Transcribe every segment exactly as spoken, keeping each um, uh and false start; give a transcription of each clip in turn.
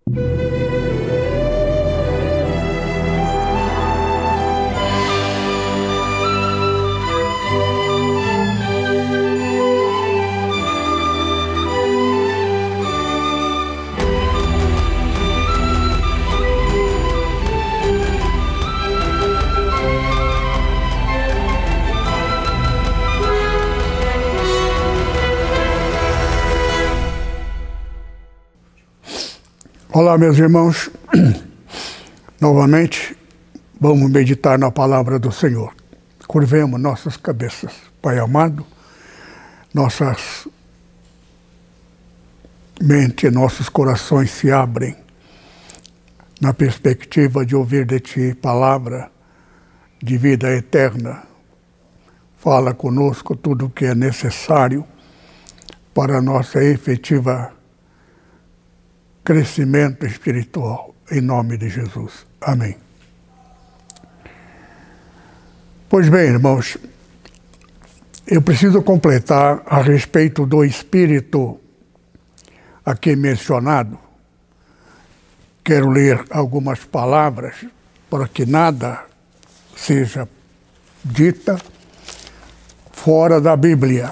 Olá, meus irmãos. Novamente, vamos meditar na palavra do Senhor. Curvemos nossas cabeças. Pai amado, nossas mentes, nossos corações se abrem na perspectiva de ouvir de Ti palavra de vida eterna. Fala conosco tudo o que é necessário para a nossa efetiva crescimento espiritual, em nome de Jesus. Amém. Pois bem, irmãos, eu preciso completar a respeito do Espírito aqui mencionado. Quero ler algumas palavras para que nada seja dita fora da Bíblia,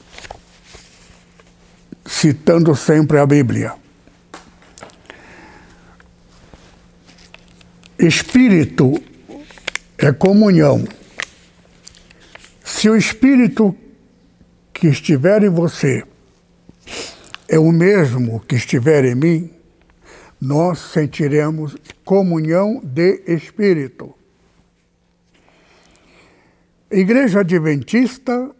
citando sempre a Bíblia. Espírito é comunhão. Se o Espírito que estiver em você é o mesmo que estiver em mim, nós sentiremos comunhão de Espírito. Igreja Adventista,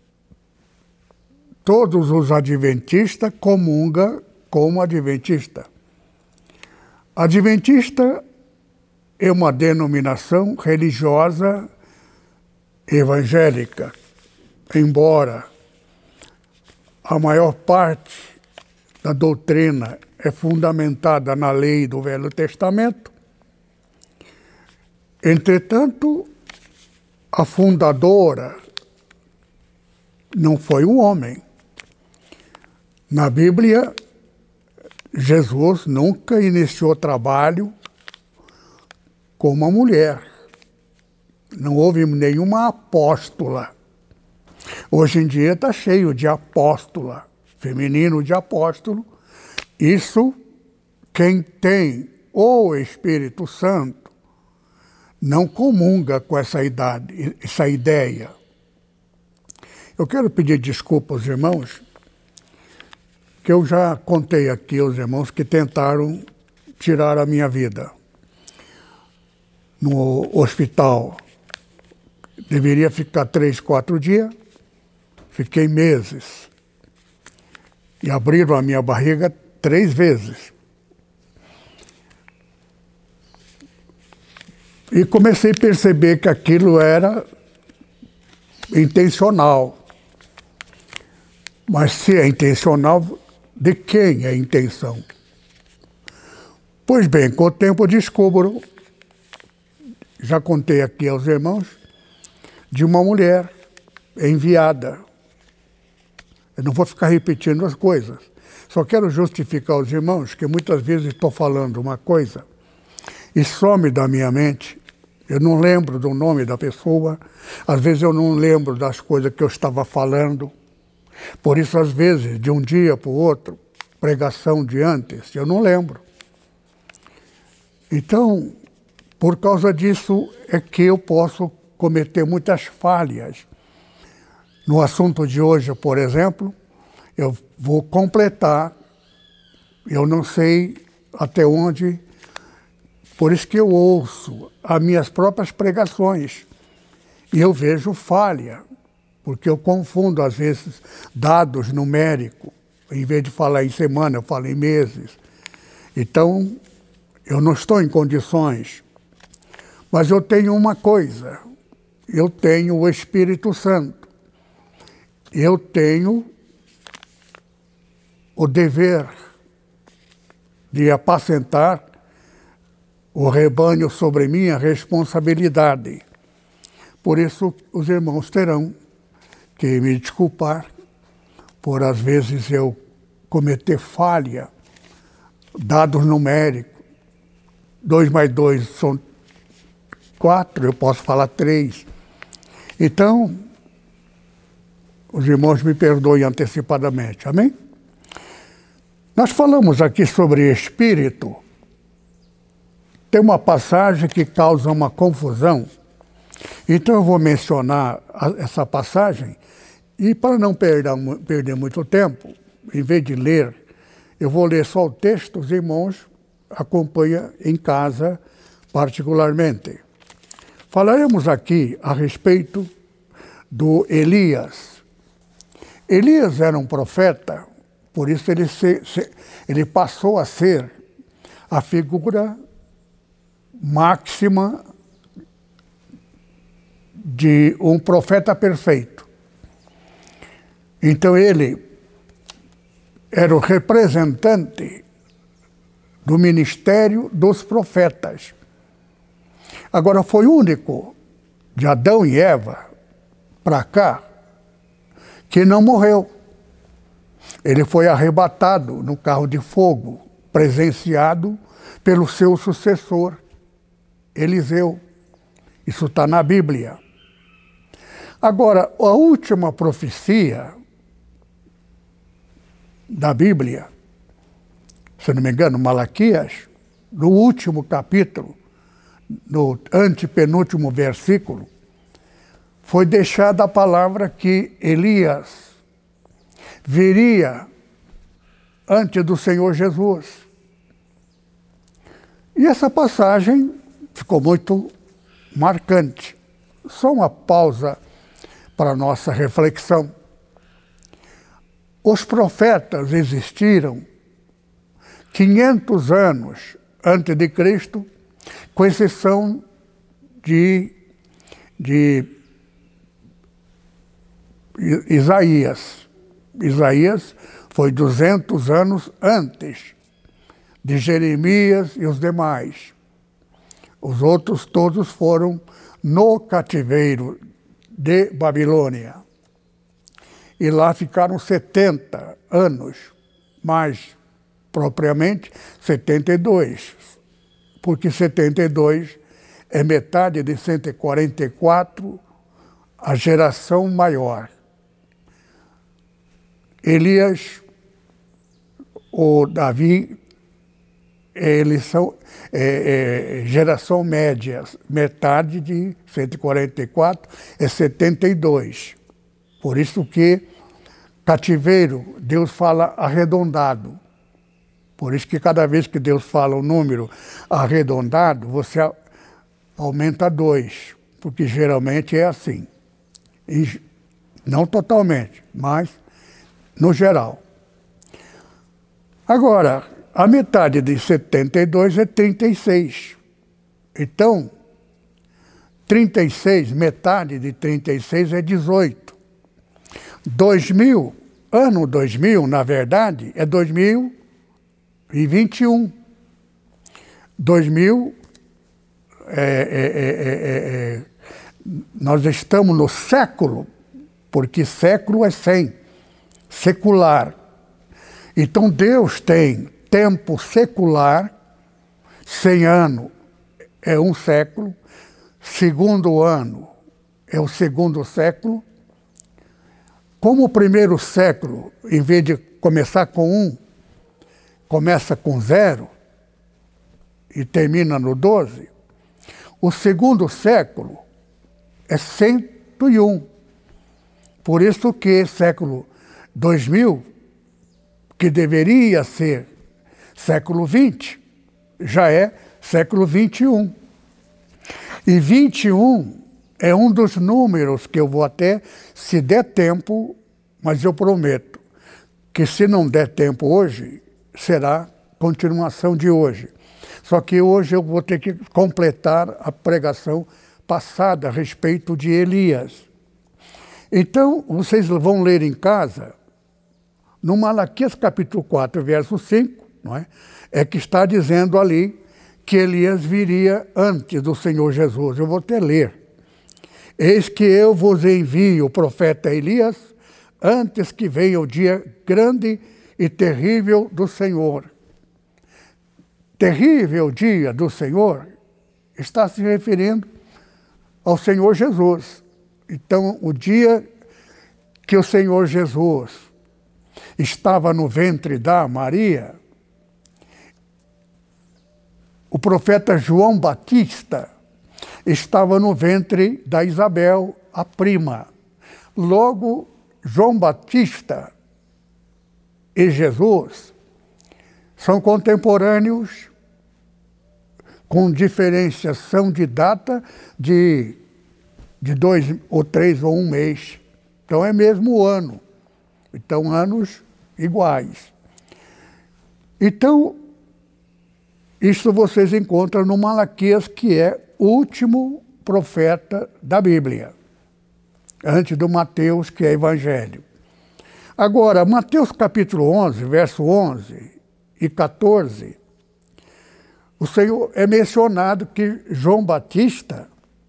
todos os adventistas comungam como adventista. Adventista é uma denominação religiosa evangélica, embora a maior parte da doutrina é fundamentada na lei do Velho Testamento. Entretanto, a fundadora não foi um homem. Na Bíblia, Jesus nunca iniciou trabalho com uma mulher. Não houve nenhuma apóstola. Hoje em dia está cheio de apóstola, feminino de apóstolo. Isso, quem tem o Espírito Santo não comunga com essa idade, essa ideia. Eu quero pedir desculpa aos irmãos, que eu já contei aqui aos irmãos que tentaram tirar a minha vida. No hospital, deveria ficar três, quatro dias, fiquei meses. E abriram a minha barriga três vezes. E comecei a perceber que aquilo era intencional. Mas se é intencional, de quem é a intenção? Pois bem, com o tempo eu descubro, já contei aqui aos irmãos, de uma mulher enviada. Eu não vou ficar repetindo as coisas. Só quero justificar aos irmãos que muitas vezes estou falando uma coisa e some da minha mente. Eu não lembro do nome da pessoa. Às vezes eu não lembro das coisas que eu estava falando. Por isso, às vezes, de um dia para o outro, pregação de antes, eu não lembro. Então, por causa disso é que eu posso cometer muitas falhas. No assunto de hoje, por exemplo, eu vou completar, eu não sei até onde, por isso que eu ouço as minhas próprias pregações e eu vejo falha, porque eu confundo às vezes dados numéricos, em vez de falar em semana, eu falo em meses. Então, eu não estou em condições. Mas eu tenho uma coisa, eu tenho o Espírito Santo. Eu tenho o dever de apacentar o rebanho sobre minha responsabilidade. Por isso, os irmãos terão que me desculpar por, às vezes, eu cometer falha dados numéricos. Dois mais dois são quatro, eu posso falar três. Então, os irmãos me perdoem antecipadamente, amém? Nós falamos aqui sobre espírito. Tem uma passagem que causa uma confusão. Então eu vou mencionar a, essa passagem e para não perder, perder muito tempo, em vez de ler, eu vou ler só o texto, os irmãos acompanham em casa particularmente. Falaremos aqui a respeito do Elias. Elias era um profeta, por isso ele, se, se, ele passou a ser a figura máxima de um profeta perfeito. Então ele era o representante do ministério dos profetas. Agora foi o único de Adão e Eva para cá que não morreu. Ele foi arrebatado no carro de fogo, presenciado pelo seu sucessor, Eliseu. Isso está na Bíblia. Agora, a última profecia da Bíblia, se não me engano, Malaquias, no último capítulo, no antepenúltimo versículo, foi deixada a palavra que Elias viria antes do Senhor Jesus. E essa passagem ficou muito marcante. Só uma pausa para a nossa reflexão. Os profetas existiram quinhentos anos antes de Cristo, com exceção de, de Isaías. Isaías foi duzentos anos antes de Jeremias e os demais. Os outros todos foram no cativeiro de Babilônia. E lá ficaram setenta anos, mais propriamente setenta e dois, porque setenta e dois é metade de cento e quarenta e quatro, a geração maior. Elias, o Davi, eles são é, é, geração média, metade de cento e quarenta e quatro é setenta e dois. Por isso que cativeiro, Deus fala arredondado. Por isso que cada vez que Deus fala o número arredondado, você aumenta dois, porque geralmente é assim. E não totalmente, mas no geral. Agora, a metade de setenta e dois é trinta e seis. Então, trinta e seis, metade de trinta e seis é dezoito. dois mil, ano dois mil, na verdade, é dois mil e vinte e um. dois mil, é, é, é, é, é, nós estamos no século, porque século é cem, secular. Então Deus tem tempo secular, cem anos é um século, segundo ano é o segundo século. Como o primeiro século, em vez de começar com um, começa com zero e termina no doze, o segundo século é cento e um. Por isso que século dois mil, que deveria ser século vinte, já é século vinte e um. E vinte e um é um dos números que eu vou até, se der tempo, mas eu prometo que se não der tempo hoje, será continuação de hoje. Só que hoje eu vou ter que completar a pregação passada a respeito de Elias. Então, vocês vão ler em casa, no Malaquias capítulo quatro, verso cinco, não é? É que está dizendo ali que Elias viria antes do Senhor Jesus. Eu vou até ler. Eis que eu vos envio o profeta Elias, antes que venha o dia grande e terrível do Senhor. terrível dia do Senhor está se referindo ao Senhor Jesus. Então, o dia que o Senhor Jesus estava no ventre da Maria, o profeta João Batista estava no ventre da Isabel, a prima. Logo, João Batista e Jesus são contemporâneos, com diferenciação de data de, de dois ou três ou um mês. Então é mesmo o ano. Então, anos iguais. Então, isso vocês encontram no Malaquias, que é o último profeta da Bíblia, antes do Mateus, que é Evangelho. Agora, Mateus capítulo onze, verso onze e quatorze, o Senhor é mencionado que João Batista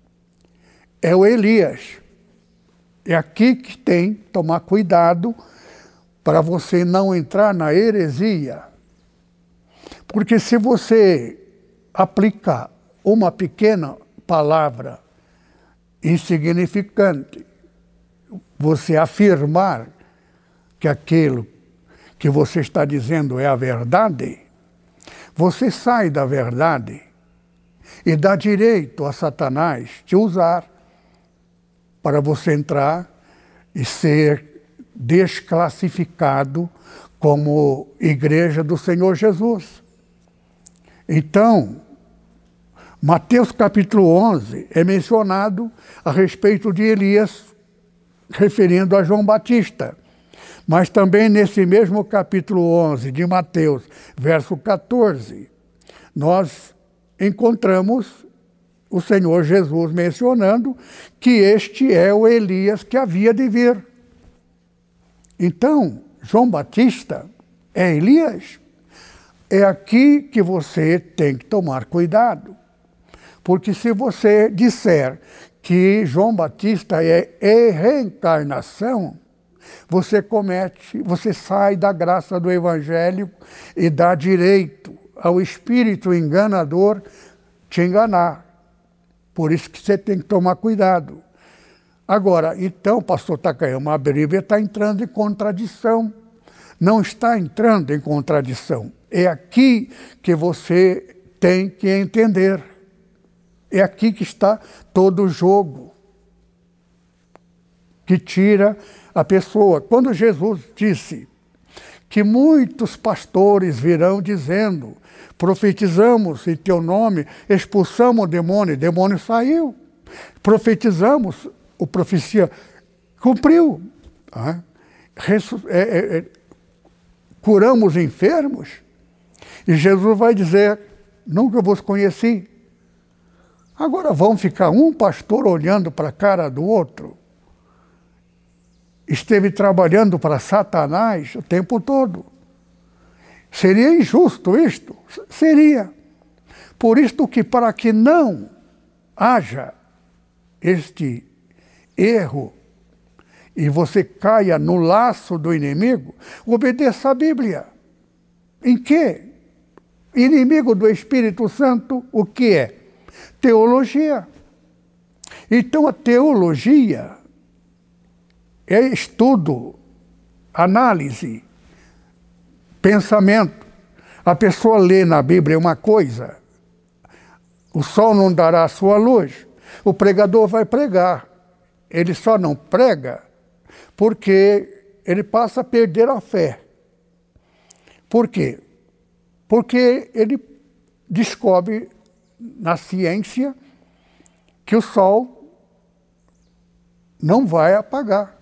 é o Elias. É aqui que tem que tomar cuidado para você não entrar na heresia. Porque se você aplicar uma pequena palavra insignificante, você afirmar que aquilo que você está dizendo é a verdade, você sai da verdade e dá direito a Satanás te usar para você entrar e ser desclassificado como igreja do Senhor Jesus. Então, Mateus capítulo onze é mencionado a respeito de Elias, referindo a João Batista. Mas também nesse mesmo capítulo onze de Mateus, verso quatorze, nós encontramos o Senhor Jesus mencionando que este é o Elias que havia de vir. Então, João Batista é Elias. É aqui que você tem que tomar cuidado. Porque se você disser que João Batista é a reencarnação, você comete, você sai da graça do Evangelho e dá direito ao espírito enganador te enganar. Por isso que você tem que tomar cuidado. Agora, então, pastor Takayama, a Bíblia está entrando em contradição. Não está entrando em contradição. É aqui que você tem que entender. É aqui que está todo o jogo que tira a pessoa. Quando Jesus disse que muitos pastores virão dizendo: profetizamos em teu nome, expulsamos o demônio, o demônio saiu. Profetizamos, o profecia cumpriu. Tá? Ressu é, é, é, curamos enfermos. E Jesus vai dizer: nunca vos conheci. Agora vão ficar um pastor olhando para a cara do outro? Esteve trabalhando para Satanás o tempo todo. Seria injusto isto? Seria. Por isto que, para que não haja este erro e você caia no laço do inimigo, obedeça a Bíblia. Em quê? Inimigo do Espírito Santo, o que é? Teologia. Então a teologia é estudo, análise, pensamento. A pessoa lê na Bíblia uma coisa, o sol não dará a sua luz, o pregador vai pregar. Ele só não prega porque ele passa a perder a fé. Por quê? Porque ele descobre na ciência que o sol não vai apagar.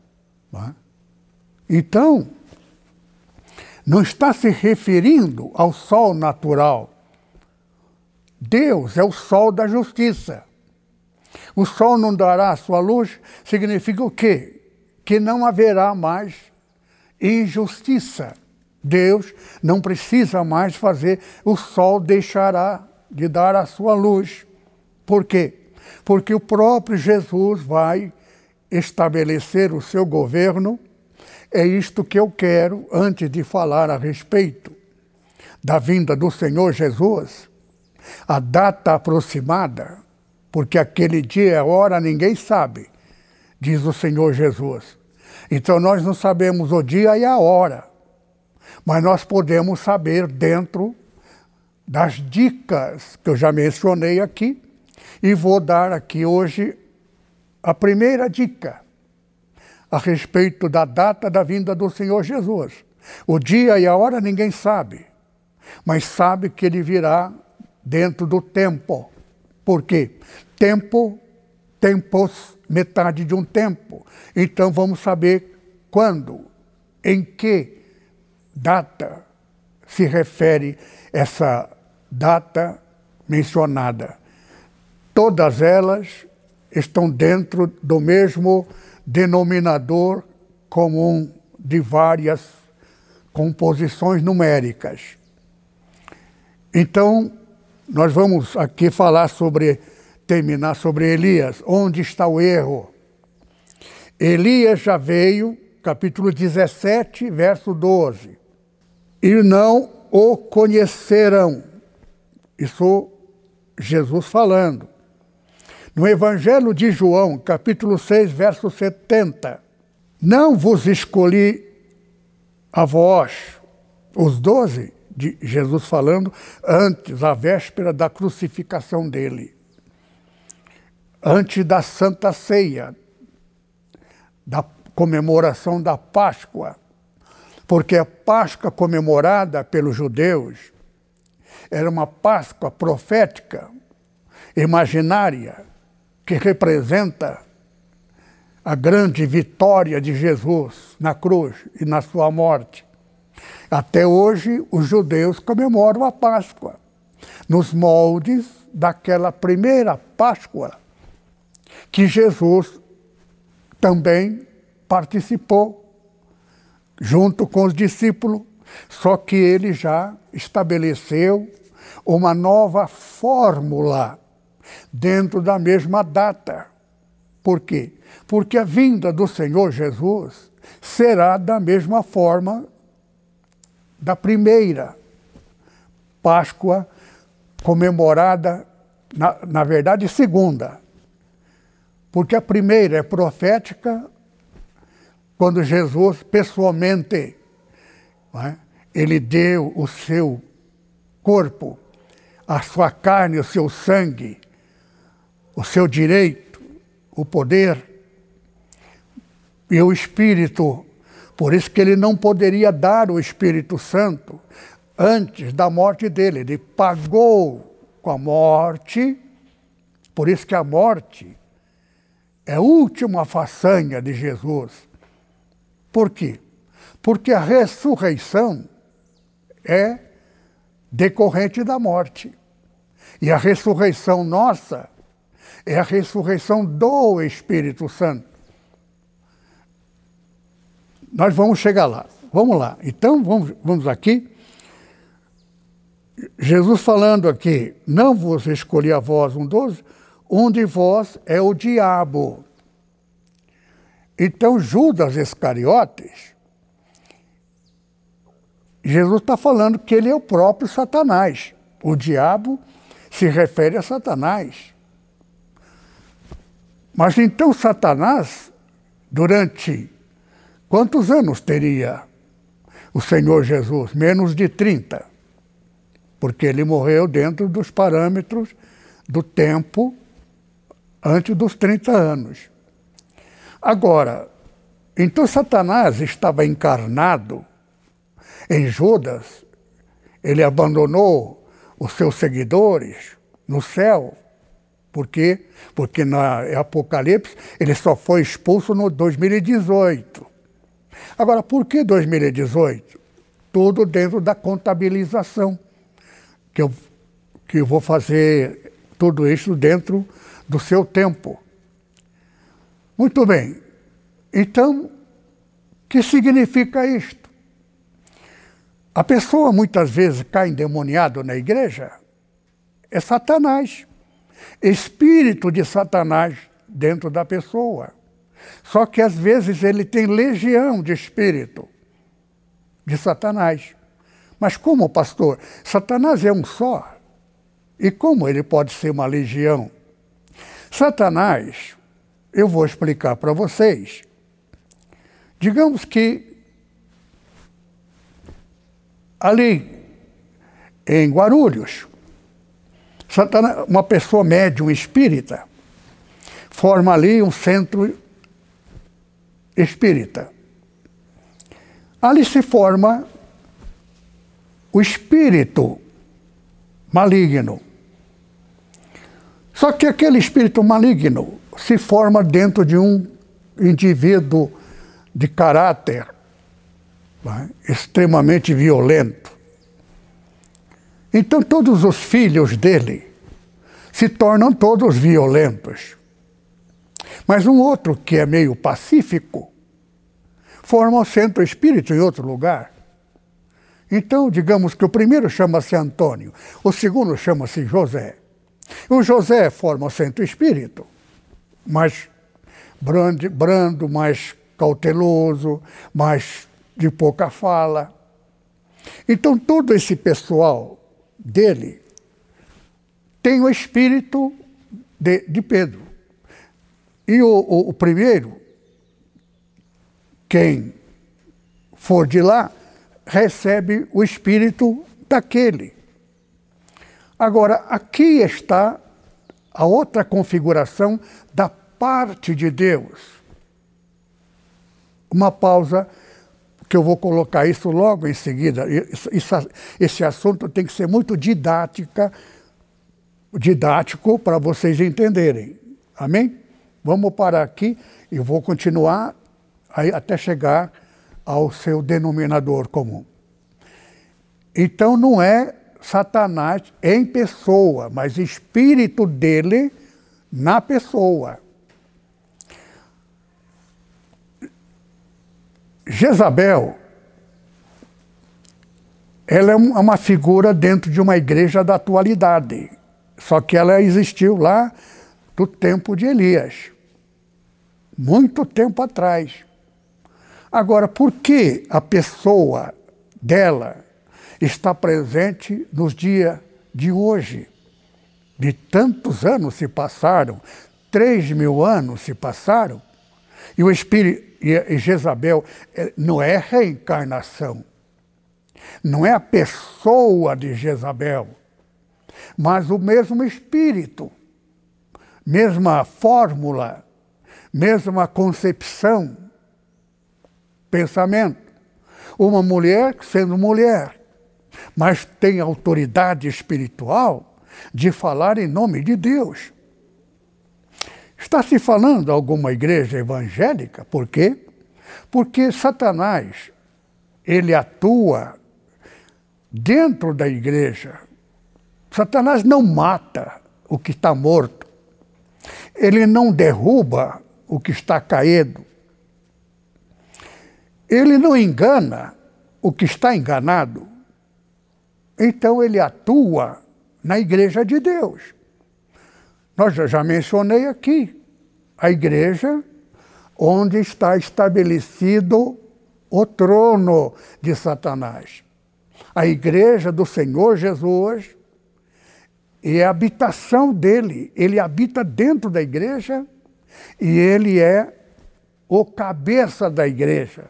Então, não está se referindo ao sol natural. Deus é o sol da justiça. O sol não dará a sua luz, significa o quê? Que não haverá mais injustiça. Deus não precisa mais fazer, o sol deixará de dar a sua luz. Por quê? Porque o próprio Jesus vai estabelecer o seu governo. É isto que eu quero, antes de falar a respeito da vinda do Senhor Jesus, a data aproximada, porque aquele dia e a hora ninguém sabe, diz o Senhor Jesus. Então nós não sabemos o dia e a hora, mas nós podemos saber dentro das dicas que eu já mencionei aqui, e vou dar aqui hoje a primeira dica a respeito da data da vinda do Senhor Jesus. O dia e a hora ninguém sabe, mas sabe que ele virá dentro do tempo. Por quê? Tempo, tempos, metade de um tempo. Então vamos saber quando, em que data se refere essa data mencionada. Todas elas estão dentro do mesmo denominador comum de várias composições numéricas. Então, nós vamos aqui falar sobre, terminar sobre Elias. Onde está o erro? Elias já veio, capítulo dezessete, verso doze. E não o conhecerão. Isso Jesus falando. No Evangelho de João, capítulo seis, verso setenta. Não vos escolhi a vós, os doze, de Jesus falando, antes, a véspera da crucificação dele. Antes da Santa Ceia, da comemoração da Páscoa. Porque a Páscoa comemorada pelos judeus era uma Páscoa profética, imaginária, que representa a grande vitória de Jesus na cruz e na sua morte. Até hoje, os judeus comemoram a Páscoa, nos moldes daquela primeira Páscoa, que Jesus também participou, junto com os discípulos, só que ele já estabeleceu uma nova fórmula dentro da mesma data. Por quê? Porque a vinda do Senhor Jesus será da mesma forma da primeira Páscoa comemorada, na, na verdade, segunda. Porque a primeira é profética, quando Jesus pessoalmente, não é, ele deu o seu corpo, a sua carne, o seu sangue, o seu direito, o poder e o Espírito. Por isso que ele não poderia dar o Espírito Santo antes da morte dele. Ele pagou com a morte, por isso que a morte é a última façanha de Jesus. Por quê? Porque a ressurreição é decorrente da morte. E a ressurreição nossa é a ressurreição do Espírito Santo. Nós vamos chegar lá. Vamos lá. Então, vamos, vamos aqui. Jesus falando aqui, não vos escolhi a vós um doze, um de vós é o diabo. Então, Judas Iscariotes, Jesus está falando que ele é o próprio Satanás. O diabo se refere a Satanás. Mas então Satanás, durante quantos anos teria o Senhor Jesus? Menos de trinta. Porque ele morreu dentro dos parâmetros do tempo antes dos trinta anos. Agora, então Satanás estava encarnado em Judas, ele abandonou os seus seguidores no céu. Por quê? Porque na Apocalipse ele só foi expulso no dois mil e dezoito. Agora, por que dois mil e dezoito? Tudo dentro da contabilização, que eu, que eu vou fazer tudo isso dentro do seu tempo. Muito bem. Então, o que significa isto? A pessoa muitas vezes cai endemoniado na igreja, é Satanás. Espírito de Satanás dentro da pessoa. Só que às vezes ele tem legião de espírito de Satanás. Mas como, pastor? Satanás é um só. E como ele pode ser uma legião? Satanás, eu vou explicar para vocês. Digamos que ali em Guarulhos, Satanás, uma pessoa médium espírita, forma ali um centro espírita. Ali se forma o espírito maligno. Só que aquele espírito maligno se forma dentro de um indivíduo de caráter, né, extremamente violento. Então todos os filhos dele se tornam todos violentos. Mas um outro que é meio pacífico forma o centro espírito em outro lugar. Então, digamos que o primeiro chama-se Antônio, o segundo chama-se José. O José forma o centro espírito, mais brando, brando, mais cauteloso, mais de pouca fala. Então, todo esse pessoal dele tem o espírito de, de Pedro. E o, o, o primeiro, quem for de lá, recebe o espírito daquele. Agora, aqui está a outra configuração da parte de Deus. Uma pausa, que eu vou colocar isso logo em seguida. Isso, esse assunto tem que ser muito didática, didático para vocês entenderem. Amém? Vamos parar aqui e vou continuar aí até chegar ao seu denominador comum. Então não é Satanás em pessoa, mas espírito dele na pessoa. Jezabel, ela é uma figura dentro de uma igreja da atualidade, só que ela existiu lá do tempo de Elias, muito tempo atrás. Agora, por que a pessoa dela está presente nos dias de hoje? De tantos anos se passaram, três mil anos se passaram, e o espírito, e Jezabel não é reencarnação, não é a pessoa de Jezabel, mas o mesmo espírito, mesma fórmula, mesma concepção, pensamento. Uma mulher sendo mulher, mas tem autoridade espiritual de falar em nome de Deus. Está se falando alguma igreja evangélica, por quê? Porque Satanás, ele atua dentro da igreja. Satanás não mata o que está morto. Ele não derruba o que está caído. Ele não engana o que está enganado. Então ele atua na igreja de Deus. Nós já, já mencionei aqui a igreja onde está estabelecido o trono de Satanás. A igreja do Senhor Jesus é a habitação dele. Ele habita dentro da igreja e ele é o cabeça da igreja.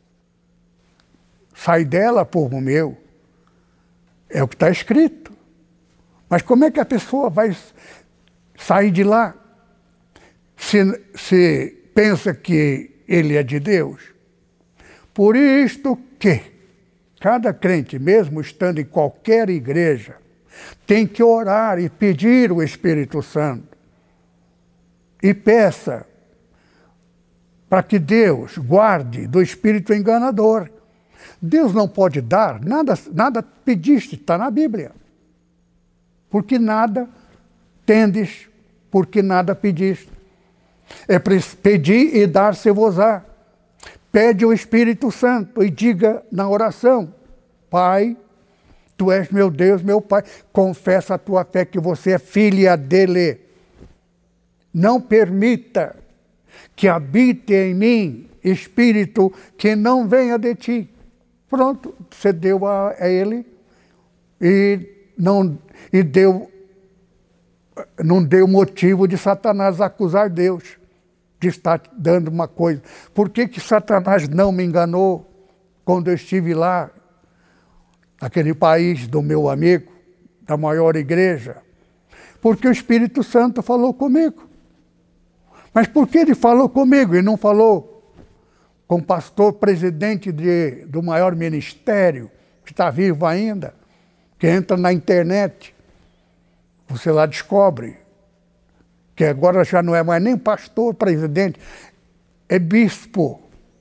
Sai dela, povo meu. É o que está escrito. Mas como é que a pessoa vai sair de lá se, se pensa que ele é de Deus? Por isto que cada crente, mesmo estando em qualquer igreja, tem que orar e pedir o Espírito Santo. E peça para que Deus guarde do espírito enganador. Deus não pode dar, nada, nada pediste, está na Bíblia. Porque nada tendes, porque nada pediste. É pedir e dar-se-vos-á. Pede o Espírito Santo e diga na oração: Pai, Tu és meu Deus, meu Pai. Confessa a tua fé que você é filha dele. Não permita que habite em mim espírito que não venha de ti. Pronto, você deu a, a ele e não, e deu, não deu motivo de Satanás acusar Deus de estar dando uma coisa. Por que que Satanás não me enganou quando eu estive lá, naquele país do meu amigo, da maior igreja? Porque o Espírito Santo falou comigo. Mas por que ele falou comigo e não falou com o pastor presidente de, do maior ministério, que está vivo ainda, que entra na internet, você lá descobre que agora já não é mais nem pastor presidente, é bispo.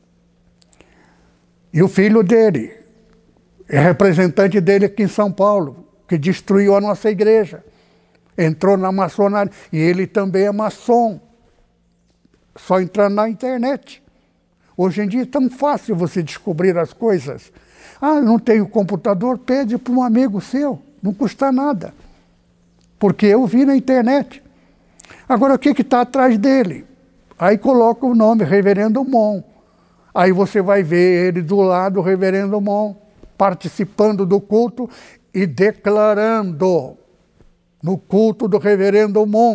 E o filho dele é representante dele aqui em São Paulo, que destruiu a nossa igreja, entrou na maçonaria, e ele também é maçom, só entrando na internet. Hoje em dia é tão fácil você descobrir as coisas. Ah, não tenho computador, pede para um amigo seu, não custa nada. Porque eu vi na internet. Agora, o que está atrás dele? Aí coloca o nome, Reverendo Mon. Aí você vai ver ele do lado, o Reverendo Mon, participando do culto e declarando no culto do Reverendo Mon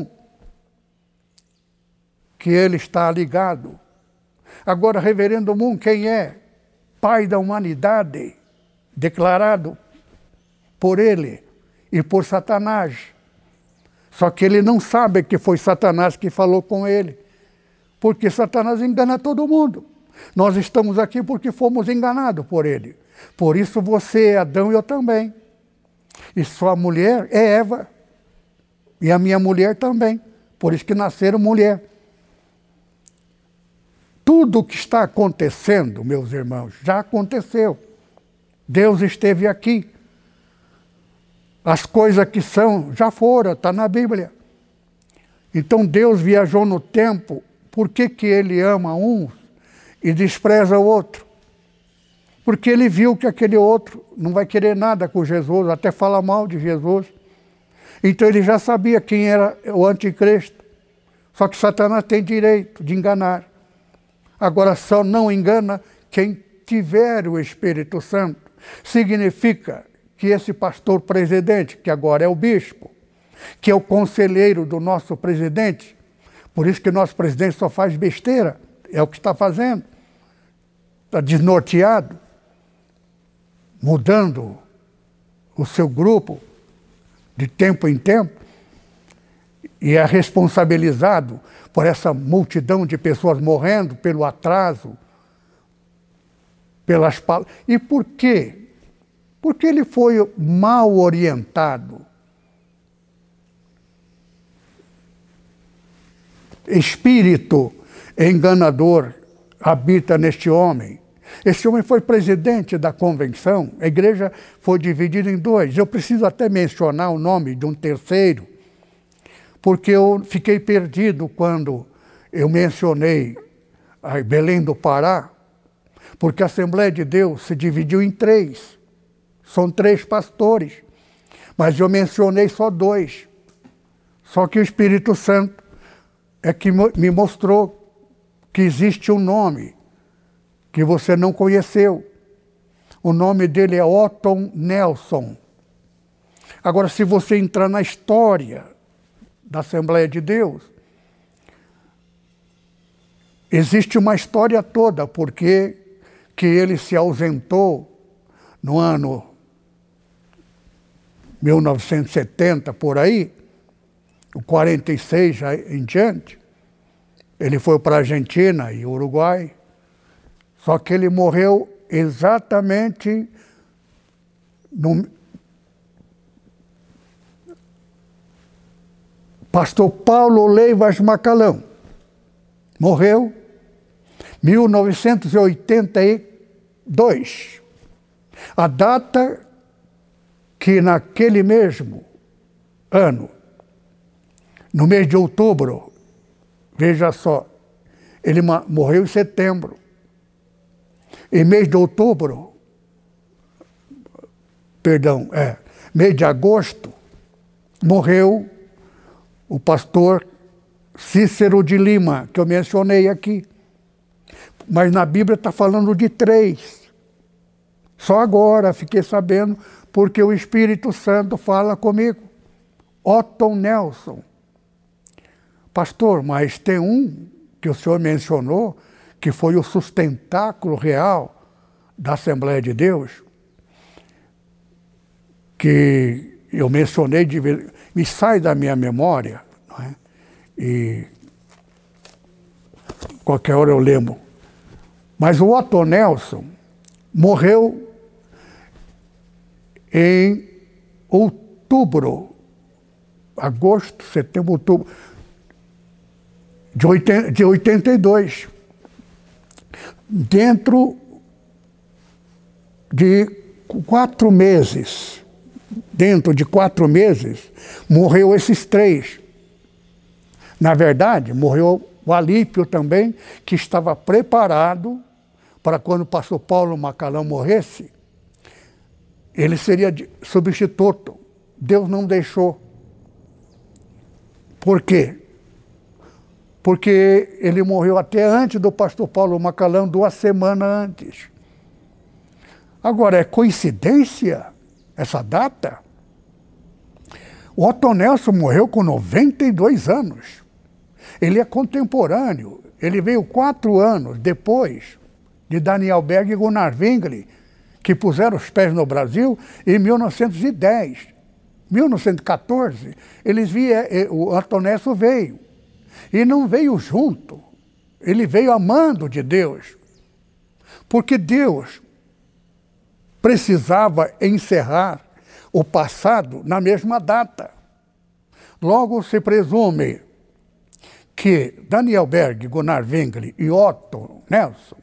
que ele está ligado. Agora, Reverendo Mon, quem é? Pai da humanidade, declarado por ele e por Satanás. Só que ele não sabe que foi Satanás que falou com ele, porque Satanás engana todo mundo. Nós estamos aqui porque fomos enganados por ele. Por isso você é Adão e eu também. E sua mulher é Eva. E a minha mulher também. Por isso que nasceram mulher. Tudo o que está acontecendo, meus irmãos, já aconteceu. Deus esteve aqui. As coisas que são, já foram, está na Bíblia. Então Deus viajou no tempo. Por que que ele ama um e despreza o outro? Porque ele viu que aquele outro não vai querer nada com Jesus, até fala mal de Jesus. Então ele já sabia quem era o anticristo. Só que Satanás tem direito de enganar. Agora só não engana quem tiver o Espírito Santo. Significa que esse pastor presidente, que agora é o bispo, que é o conselheiro do nosso presidente, por isso que o nosso presidente só faz besteira, é o que está fazendo. Está desnorteado, mudando o seu grupo de tempo em tempo, e é responsabilizado por essa multidão de pessoas morrendo pelo atraso, pelas palavras. E por quê? Porque ele foi mal orientado. Espírito enganador habita neste homem. Esse homem foi presidente da convenção, a igreja foi dividida em dois. Eu preciso até mencionar o nome de um terceiro, porque eu fiquei perdido quando eu mencionei a Belém do Pará, porque a Assembleia de Deus se dividiu em três. São três pastores, mas eu mencionei só dois. Só que o Espírito Santo é que me mostrou que existe um nome que você não conheceu. O nome dele é Otton Nelson. Agora, se você entrar na história da Assembleia de Deus, existe uma história toda, porque que ele se ausentou no ano mil novecentos e setenta, por aí, o quarenta e seis já em diante, ele foi para a Argentina e Uruguai, só que ele morreu exatamente no... Pastor Paulo Leivas Macalão morreu em mil novecentos e oitenta e dois. A data que naquele mesmo ano, no mês de outubro, veja só, ele morreu em setembro. Em mês de outubro, perdão, é, mês de agosto, morreu o pastor Cícero de Lima, que eu mencionei aqui. Mas na Bíblia está falando de três. Só agora fiquei sabendo porque o Espírito Santo fala comigo. Otton Nelson. Pastor, mas tem um que o senhor mencionou, que foi o sustentáculo real da Assembleia de Deus, que eu mencionei, de, me sai da minha memória, não é? E qualquer hora eu lembro. Mas o Otton Nelson morreu em outubro, agosto, setembro, outubro, de oitenta e dois. Dentro de quatro meses, dentro de quatro meses, morreu esses três. Na verdade, morreu o Alípio também, que estava preparado para quando o pastor Paulo Macalão morresse, ele seria substituto. Deus não deixou. Por quê? Porque ele morreu até antes do pastor Paulo Macalão, duas semanas antes. Agora, é coincidência essa data? O Otton Nelson morreu com noventa e dois anos. Ele é contemporâneo. Ele veio quatro anos depois de Daniel Berg e Gunnar Wingli, que puseram os pés no Brasil em mil novecentos e dez. mil novecentos e quatorze, eles vieram, o Otton Nelson veio. E não veio junto. Ele veio amando de Deus. Porque Deus precisava encerrar o passado na mesma data. Logo se presume que Daniel Berg, Gunnar Wingli e Otton Nelson,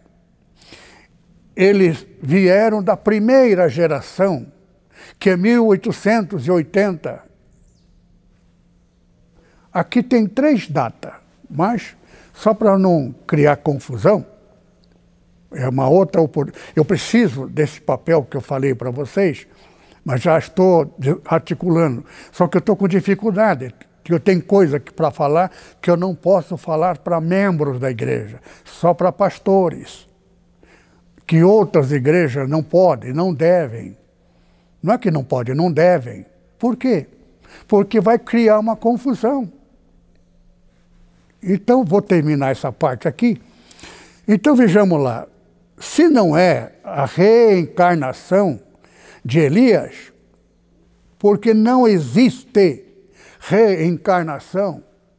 eles vieram da primeira geração, que é mil oitocentos e oitenta. Aqui tem três datas, mas só para não criar confusão, é uma outra oportunidade. Eu preciso desse papel que eu falei para vocês, mas já estou articulando. Só que eu estou com dificuldade, que eu tenho coisa para falar que eu não posso falar para membros da igreja, só para pastores, que outras igrejas não podem, não devem. Não é que não podem, não devem. Por quê? Porque vai criar uma confusão. Então, vou terminar essa parte aqui. Então, vejamos lá. Se não é a reencarnação de Elias, porque não existe reencarnação,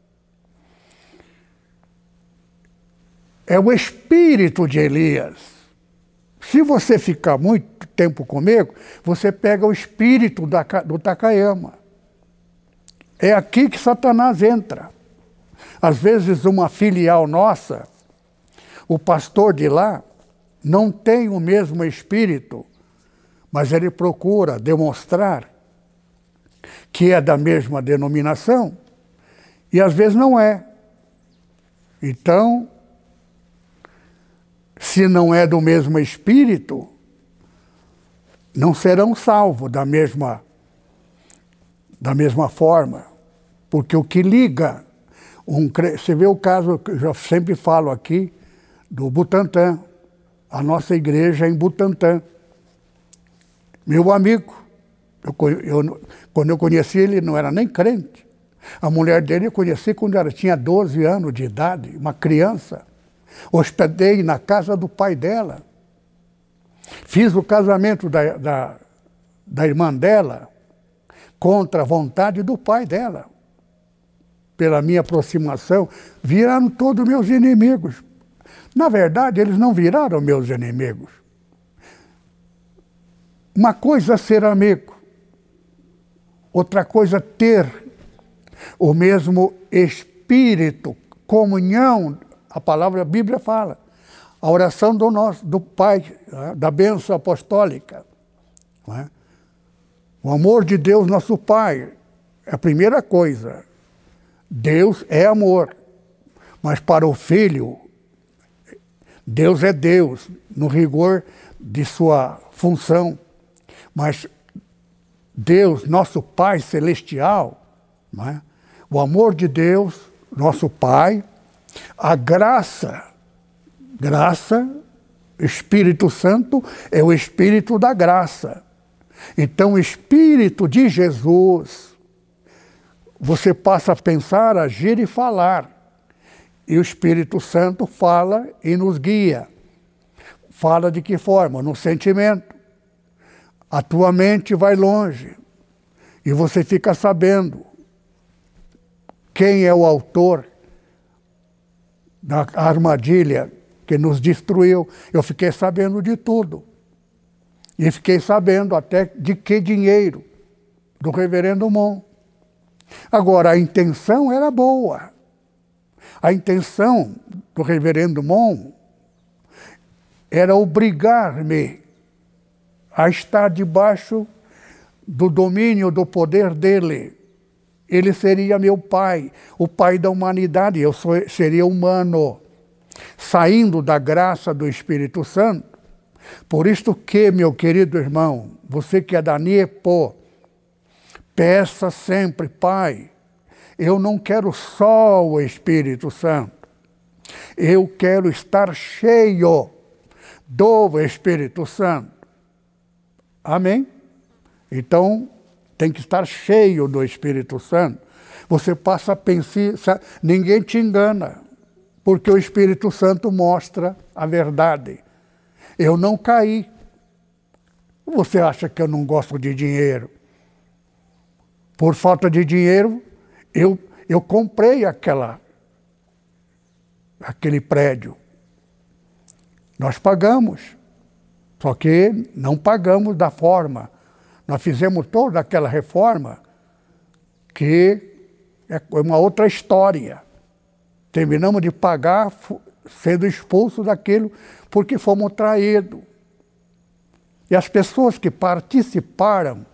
é o espírito de Elias. Se você ficar muito tempo comigo, você pega o espírito da, do Takayama. É aqui que Satanás entra. Às vezes, uma filial nossa, o pastor de lá, não tem o mesmo espírito, mas ele procura demonstrar que é da mesma denominação, e às vezes não é. Então, se não é do mesmo espírito, não serão salvos da mesma, da mesma forma, porque o que liga Um, você vê o caso que eu já sempre falo aqui, do Butantã. A nossa igreja é em Butantã. Meu amigo, eu, eu, quando eu conheci ele, não era nem crente. A mulher dele eu conheci quando ela tinha doze anos de idade, uma criança. Hospedei na casa do pai dela. Fiz o casamento da, da, da irmã dela contra a vontade do pai dela. Pela minha aproximação, viraram todos meus inimigos. Na verdade, eles não viraram meus inimigos. Uma coisa é ser amigo, outra coisa é ter o mesmo espírito, comunhão. A palavra a Bíblia fala, a oração do nosso, do Pai, da bênção apostólica. Não é? O amor de Deus, nosso Pai, é a primeira coisa. Deus é amor, mas para o Filho, Deus é Deus, no rigor de sua função. Mas Deus, nosso Pai Celestial, não é? O amor de Deus, nosso Pai, a graça, graça Espírito Santo é o Espírito da graça. Então, o Espírito de Jesus, você passa a pensar, agir e falar. E o Espírito Santo fala e nos guia. Fala de que forma? No sentimento. A tua mente vai longe. E você fica sabendo quem é o autor da armadilha que nos destruiu. Eu fiquei sabendo de tudo. E fiquei sabendo até de que dinheiro, do reverendo Mon. Agora, a intenção era boa. A intenção do reverendo Mon era obrigar-me a estar debaixo do domínio, do poder dele. Ele seria meu pai, o pai da humanidade, eu sou, seria humano, saindo da graça do Espírito Santo. Por isto que, meu querido irmão, você que é da Niepo, peça sempre, Pai, eu não quero só o Espírito Santo, eu quero estar cheio do Espírito Santo. Amém? Então, tem que estar cheio do Espírito Santo. Você passa a pensar, ninguém te engana, porque o Espírito Santo mostra a verdade. Eu não caí. Você acha que eu não gosto de dinheiro? Por falta de dinheiro, eu, eu comprei aquela, aquele prédio. Nós pagamos, só que não pagamos da forma. Nós fizemos toda aquela reforma que é uma outra história. Terminamos de pagar sendo expulsos daquilo porque fomos traídos. E as pessoas que participaram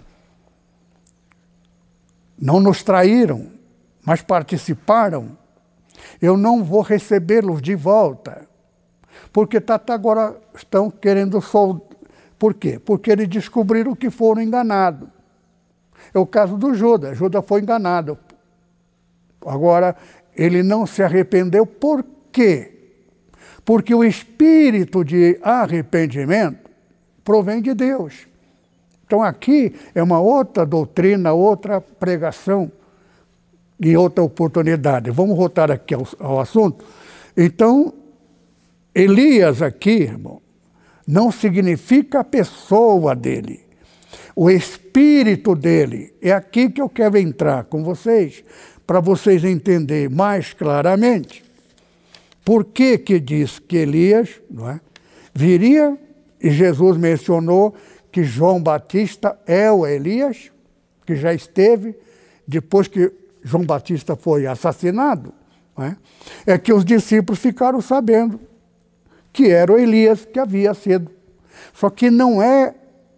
não nos traíram, mas participaram. Eu não vou recebê-los de volta, porque até agora estão querendo soldar. Por quê? Porque eles descobriram que foram enganados. É o caso do Judas. Judas foi enganado. Agora, ele não se arrependeu. Por quê? Porque o espírito de arrependimento provém de Deus. Então aqui é uma outra doutrina, outra pregação e outra oportunidade. Vamos voltar aqui ao, ao assunto. Então, Elias aqui, irmão, não significa a pessoa dele. O espírito dele. É aqui que eu quero entrar com vocês, para vocês entenderem mais claramente por que que diz que Elias, não é, viria, e Jesus mencionou que João Batista é o Elias, que já esteve, depois que João Batista foi assassinado, não é, é que os discípulos ficaram sabendo que era o Elias que havia sido. Só que não é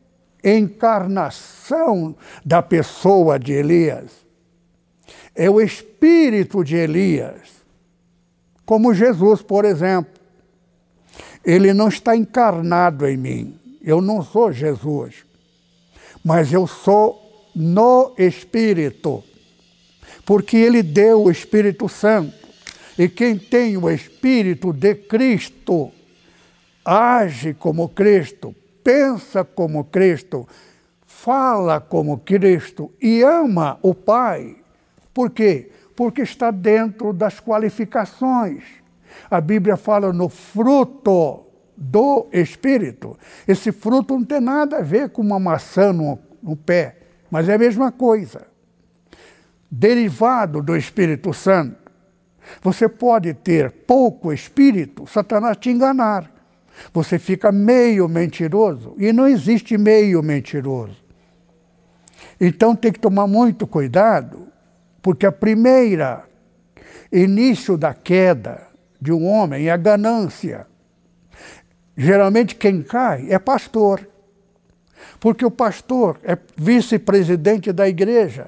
encarnação da pessoa de Elias. É o espírito de Elias. Como Jesus, por exemplo. Ele não está encarnado em mim. Eu não sou Jesus. Mas eu sou no Espírito. Porque ele deu o Espírito Santo. E quem tem o Espírito de Cristo age como Cristo, pensa como Cristo, fala como Cristo e ama o Pai. Por quê? Porque está dentro das qualificações. A Bíblia fala no fruto do Espírito. Esse fruto não tem nada a ver com uma maçã no, no pé, mas é a mesma coisa. Derivado do Espírito Santo. Você pode ter pouco Espírito, Satanás te enganar. Você fica meio mentiroso e não existe meio mentiroso. Então tem que tomar muito cuidado, porque a primeira início da queda de um homem é a ganância. Geralmente quem cai é pastor, porque o pastor é vice-presidente da igreja.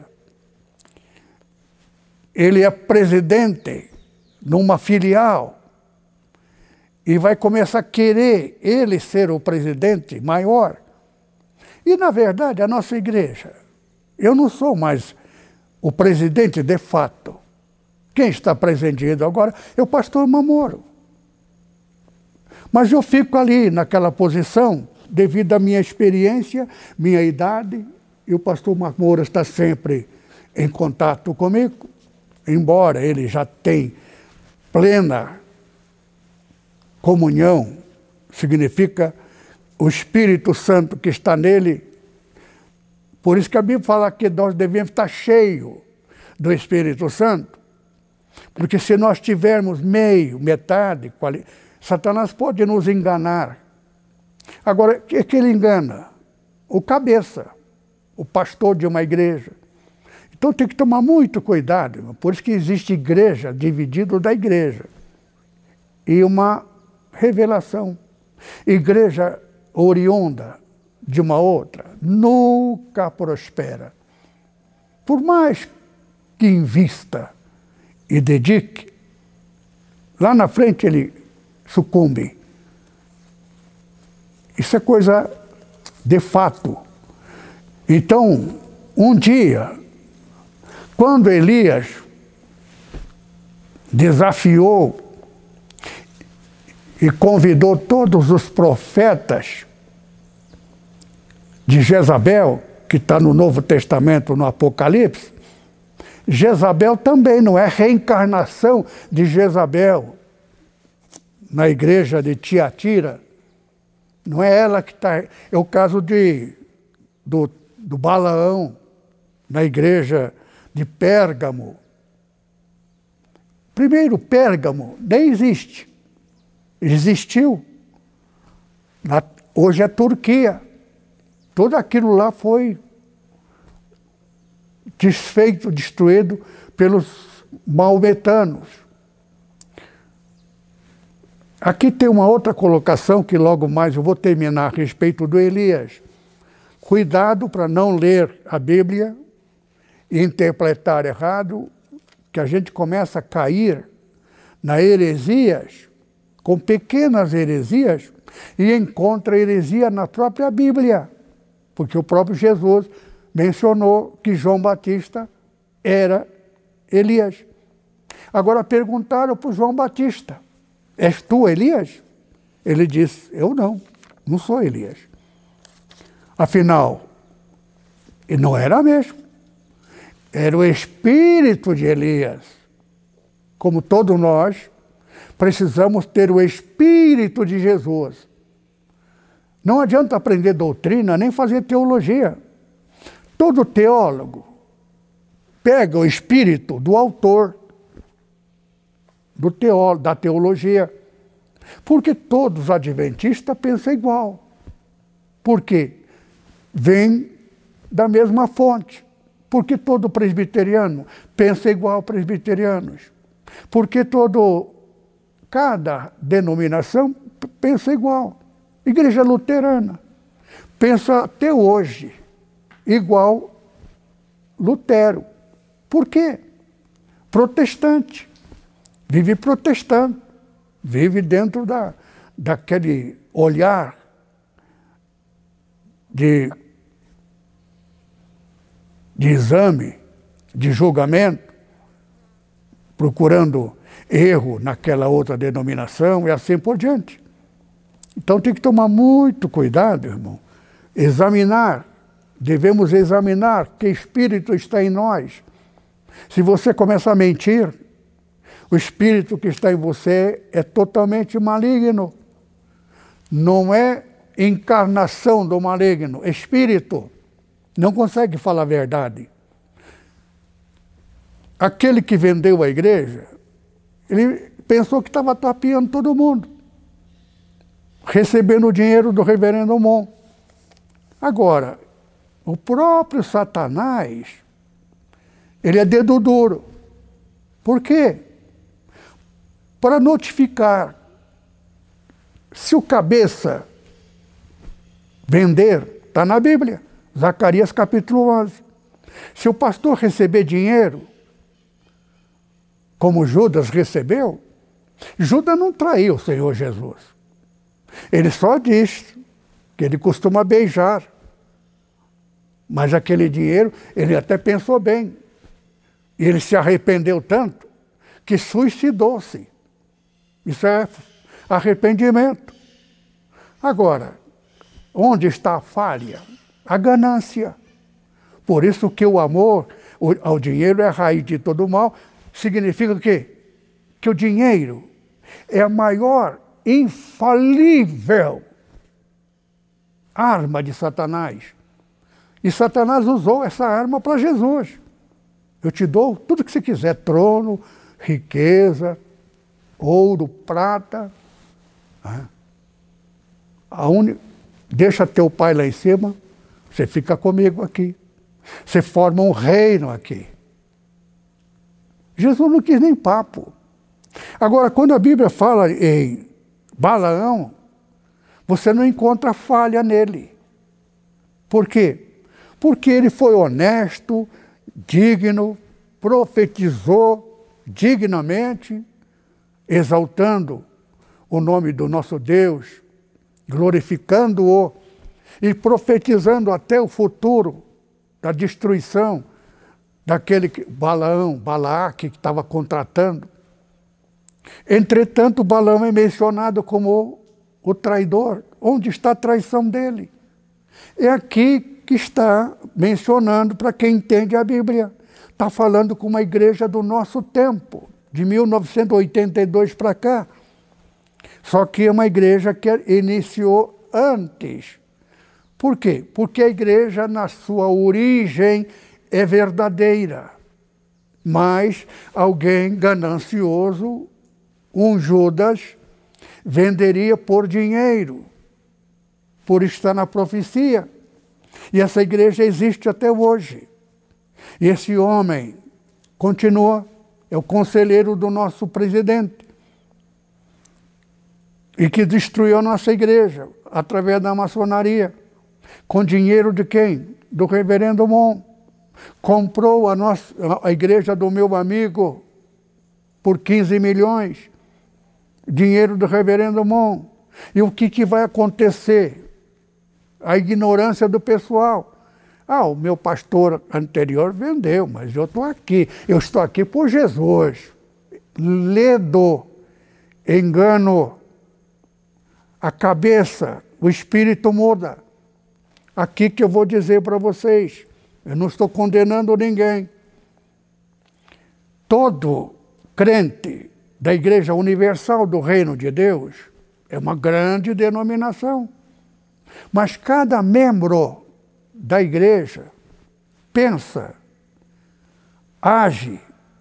Ele é presidente numa filial e vai começar a querer ele ser o presidente maior. E, na verdade, a nossa igreja, eu não sou mais o presidente de fato. Quem está presidindo agora é o pastor Mamoro. Mas eu fico ali, naquela posição, devido à minha experiência, minha idade, e o pastor Marco Moura está sempre em contato comigo, embora ele já tenha plena comunhão, significa o Espírito Santo que está nele. Por isso que a Bíblia fala que nós devemos estar cheios do Espírito Santo, porque se nós tivermos meio, metade, quali... Satanás pode nos enganar. Agora, o que, que ele engana? O cabeça, o pastor de uma igreja. Então tem que tomar muito cuidado, por isso que existe igreja dividida da igreja. E uma revelação. Igreja oriunda de uma outra nunca prospera. Por mais que invista e dedique, lá na frente ele sucumbe. Isso é coisa de fato. Então, um dia, quando Elias desafiou e convidou todos os profetas de Jezabel, que está no Novo Testamento, no Apocalipse, Jezabel também não é reencarnação de Jezabel na igreja de Tiatira. Não é ela que está... É o caso de, do, do Balaão, na igreja de Pérgamo. Primeiro, Pérgamo nem existe. Existiu. Na, hoje é Turquia. Tudo aquilo lá foi desfeito, destruído pelos maometanos. Aqui tem uma outra colocação que logo mais eu vou terminar a respeito do Elias. Cuidado para não ler a Bíblia e interpretar errado, que a gente começa a cair na heresias, com pequenas heresias, e encontra heresia na própria Bíblia. Porque o próprio Jesus mencionou que João Batista era Elias. Agora perguntaram para o João Batista: és tu Elias? Ele disse: eu não, não sou Elias. Afinal, e não era mesmo. Era o espírito de Elias. Como todos nós, precisamos ter o espírito de Jesus. Não adianta aprender doutrina, nem fazer teologia. Todo teólogo pega o espírito do autor do teó, da teologia. Porque todos os adventistas pensam igual. Por quê? Vem da mesma fonte. Porque todo presbiteriano pensa igual presbiterianos. Porque todo, cada denominação pensa igual. Igreja luterana pensa até hoje igual Lutero. Por quê? Protestante. Vive protestando. Vive dentro da, daquele olhar de, de exame, de julgamento, procurando erro naquela outra denominação e assim por diante. Então tem que tomar muito cuidado, irmão. Examinar. Devemos examinar que espírito está em nós. Se você começa a mentir, o espírito que está em você é totalmente maligno. Não é encarnação do maligno. Espírito não consegue falar a verdade. Aquele que vendeu a igreja, ele pensou que estava tapeando todo mundo, recebendo o dinheiro do reverendo Mon. Agora, o próprio Satanás, ele é dedo duro. Por quê? Para notificar. Se o cabeça vender, está na Bíblia, Zacarias capítulo onze. Se o pastor receber dinheiro, como Judas recebeu, Judas não traiu o Senhor Jesus. Ele só diz que ele costuma beijar. Mas aquele dinheiro, ele até pensou bem. E ele se arrependeu tanto que suicidou-se. Isso é arrependimento. Agora, onde está a falha? A ganância. Por isso que o amor ao dinheiro é a raiz de todo mal. Significa o quê? Que o dinheiro é a maior, infalível arma de Satanás. E Satanás usou essa arma para Jesus. Eu te dou tudo que você quiser, trono, riqueza, ouro, prata. A un... Deixa teu pai lá em cima, você fica comigo aqui. Você forma um reino aqui. Jesus não quis nem papo. Agora, quando a Bíblia fala em Balaão, você não encontra falha nele. Por quê? Porque ele foi honesto, digno, profetizou dignamente, exaltando o nome do nosso Deus, glorificando-o e profetizando até o futuro da destruição daquele que, Balaão, Balaque, que estava contratando. Entretanto, Balaão é mencionado como o traidor. Onde está a traição dele? É aqui que está mencionando, para quem entende a Bíblia. Está falando com uma igreja do nosso tempo, de mil novecentos e oitenta e dois para cá. Só que é uma igreja que iniciou antes. Por quê? Porque a igreja, na sua origem, é verdadeira. Mas alguém ganancioso, um Judas, venderia por dinheiro, por estar na profecia. E essa igreja existe até hoje. E esse homem continua, é o conselheiro do nosso presidente, e que destruiu a nossa igreja através da maçonaria. Com dinheiro de quem? Do reverendo Mon. Comprou a, nossa, a igreja do meu amigo por quinze milhões. Dinheiro do reverendo Mon. E o que, que vai acontecer? A ignorância do pessoal. Ah, o meu pastor anterior vendeu, mas eu estou aqui. Eu estou aqui por Jesus. Ledo, engano, a cabeça, o espírito muda. Aqui que eu vou dizer para vocês. Eu não estou condenando ninguém. Todo crente da Igreja Universal do Reino de Deus é uma grande denominação. Mas cada membro da igreja pensa, age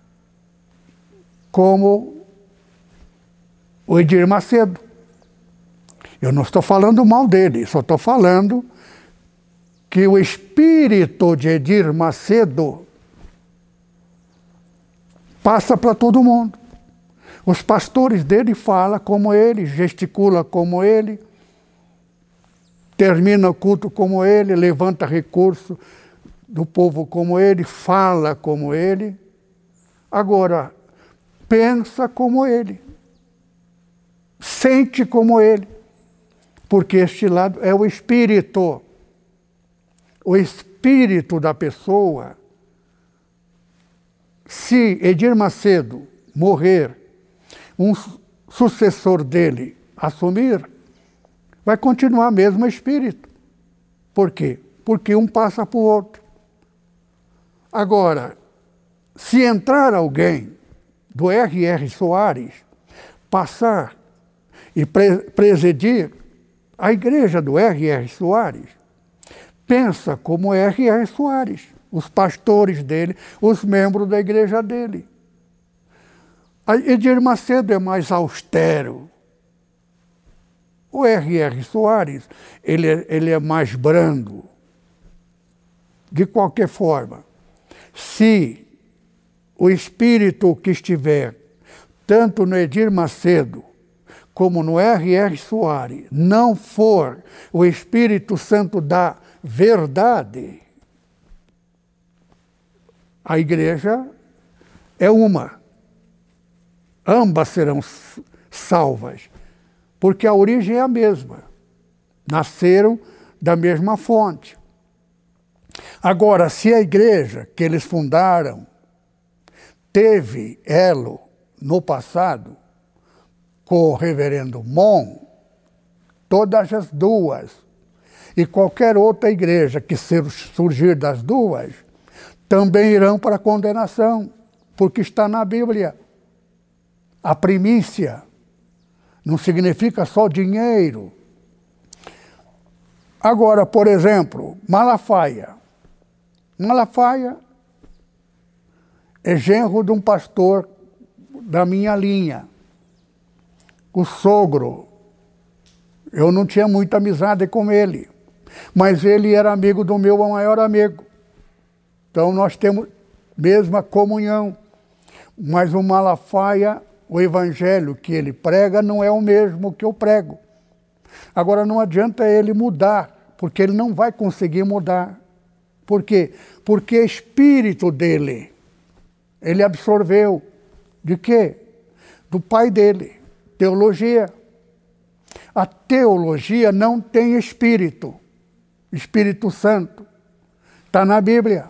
como o Edir Macedo. Eu não estou falando mal dele, só estou falando que o espírito de Edir Macedo passa para todo mundo. Os pastores dele falam como ele, gesticula como ele, termina o culto como ele, levanta recurso do povo como ele, fala como ele. Agora, pensa como ele, sente como ele, porque este lado é o espírito. O espírito da pessoa, se Edir Macedo morrer, um sucessor dele assumir, vai continuar mesmo o espírito. Por quê? Porque um passa para o outro. Agora, se entrar alguém do R R Soares, passar e pre presidir a igreja do R R Soares, pensa como R R Soares, os pastores dele, os membros da igreja dele. A Edir Macedo é mais austero. O R R Soares, ele, é, ele é mais brando. De qualquer forma, se o espírito que estiver, tanto no Edir Macedo, como no R R Soares, não for o Espírito Santo da verdade, a igreja é uma. Ambas serão salvas. Porque a origem é a mesma. Nasceram da mesma fonte. Agora, se a igreja que eles fundaram teve elo no passado com o reverendo Mon, todas as duas. E qualquer outra igreja que surgir das duas, também irão para a condenação, porque está na Bíblia. A primícia não significa só dinheiro. Agora, por exemplo, Malafaia. Malafaia é genro de um pastor da minha linha. O sogro, eu não tinha muita amizade com ele, mas ele era amigo do meu maior amigo. Então nós temos mesma comunhão. Mas o Malafaia, o evangelho que ele prega não é o mesmo que eu prego. Agora não adianta ele mudar, porque ele não vai conseguir mudar. Por quê? Porque o espírito dele, ele absorveu. De quê? Do pai dele. Teologia. A teologia não tem espírito. Espírito Santo. Está na Bíblia.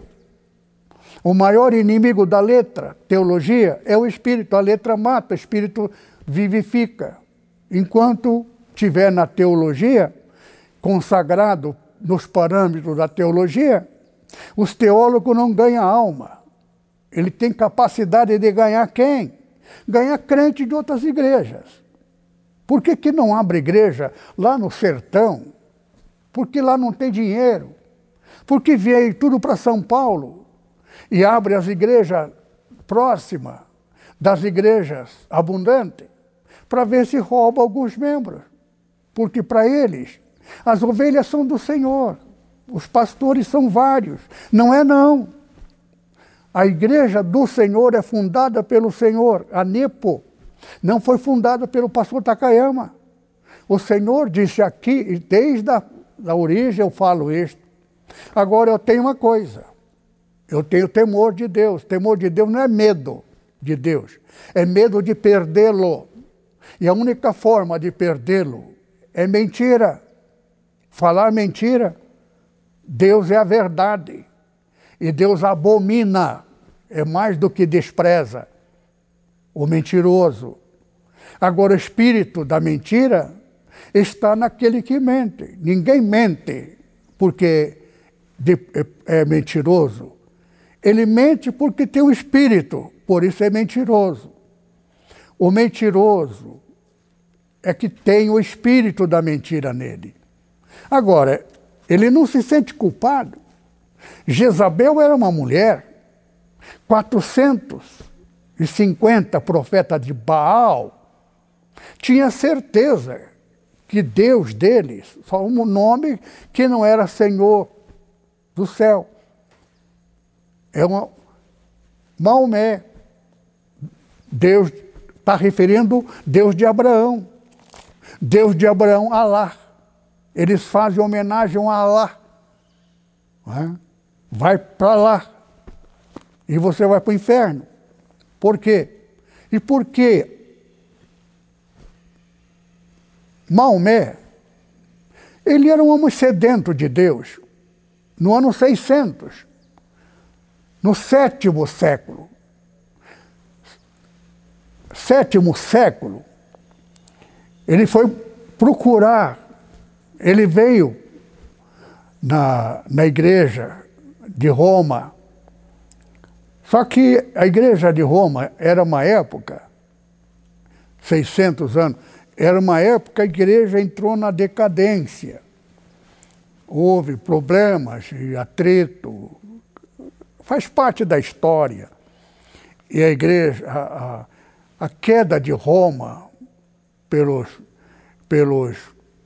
O maior inimigo da letra, teologia, é o espírito. A letra mata, o espírito vivifica. Enquanto tiver na teologia, consagrado nos parâmetros da teologia, os teólogos não ganham alma. Ele tem capacidade de ganhar quem? Ganhar crente de outras igrejas. Por que que não abre igreja lá no sertão? Porque lá não tem dinheiro. Porque veio tudo para São Paulo e abre as igrejas próximas das igrejas abundantes para ver se rouba alguns membros. Porque para eles, as ovelhas são do Senhor. Os pastores são vários. Não é não. A igreja do Senhor é fundada pelo Senhor. A Nepo não foi fundada pelo pastor Takayama. O Senhor disse aqui, desde a da origem eu falo isto. Agora eu tenho uma coisa. Eu tenho temor de Deus. Temor de Deus não é medo de Deus. É medo de perdê-lo. E a única forma de perdê-lo é mentira. Falar mentira. Deus é a verdade. E Deus abomina. É mais do que despreza o mentiroso. Agora o espírito da mentira está naquele que mente. Ninguém mente porque é mentiroso. Ele mente porque tem um espírito, por isso é mentiroso. O mentiroso é que tem o espírito da mentira nele. Agora, ele não se sente culpado. Jezabel era uma mulher, quatrocentos e cinquenta profetas de Baal, tinha certeza que Deus deles, só um nome que não era Senhor do céu. É uma Maomé. Deus está referindo Deus de Abraão. Deus de Abraão, Alá. Eles fazem homenagem a Alá. Né? Vai para lá. E você vai para o inferno. Por quê? E por quê? Maomé, ele era um homem sedento de Deus. No ano seiscentos, no sétimo século, sétimo século, ele foi procurar, ele veio na, na igreja de Roma. Só que a igreja de Roma era uma época, seiscentos anos, era uma época que a igreja entrou na decadência. Houve problemas e atrito, faz parte da história. E a igreja, a, a, a queda de Roma pelos, pelos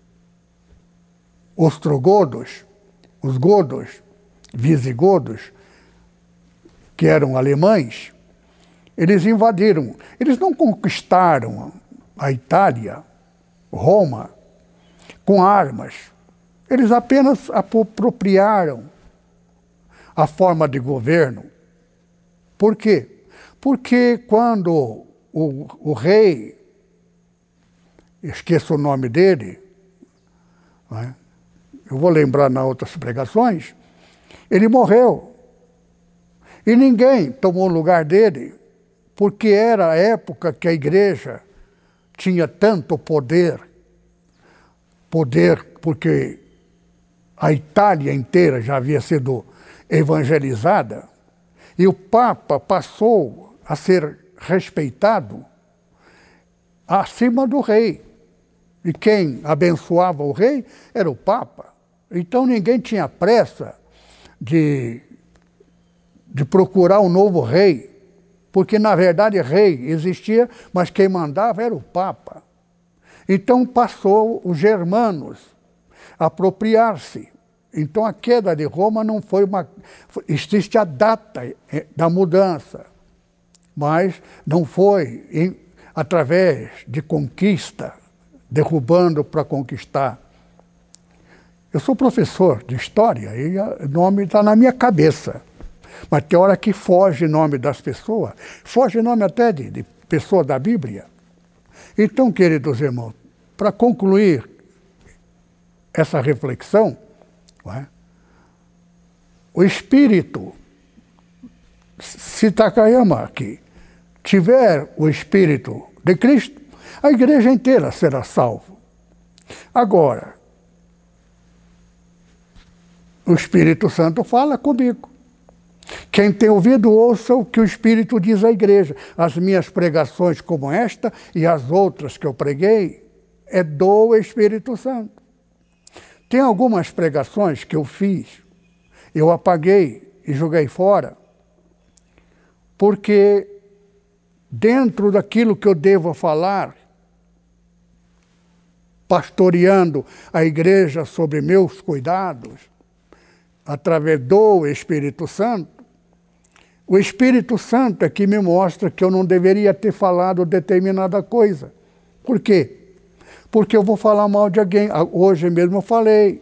ostrogodos, os godos, visigodos, que eram alemães, eles invadiram. Eles não conquistaram a Itália, Roma, com armas. Eles apenas apropriaram a forma de governo. Por quê? Porque quando o, o rei, esqueço o nome dele, né? Eu vou lembrar nas outras pregações, ele morreu. E ninguém tomou o lugar dele, porque era a época que a igreja tinha tanto poder. poder, porque a Itália inteira já havia sido evangelizada, e o Papa passou a ser respeitado acima do rei. E quem abençoava o rei era o Papa. Então ninguém tinha pressa de, de procurar um novo rei, porque na verdade rei existia, mas quem mandava era o Papa. Então passou os germanos a apropriar-se. Então a queda de Roma não foi uma... Existe a data da mudança, mas não foi em, através de conquista, derrubando para conquistar. Eu sou professor de história e o nome está na minha cabeça. Mas tem hora que foge o nome das pessoas, foge o nome até de, de pessoa da Bíblia. Então, queridos irmãos, para concluir essa reflexão, não é? O espírito, se Takayama aqui tiver o espírito de Cristo, a igreja inteira será salva. Agora, o Espírito Santo fala comigo. Quem tem ouvido, ouça o que o Espírito diz à igreja. As minhas pregações como esta e as outras que eu preguei é do Espírito Santo. Tem algumas pregações que eu fiz, eu apaguei e joguei fora, porque dentro daquilo que eu devo falar, pastoreando a igreja sobre meus cuidados, através do Espírito Santo, o Espírito Santo é que me mostra que eu não deveria ter falado determinada coisa. Por quê? Porque eu vou falar mal de alguém. Hoje mesmo eu falei,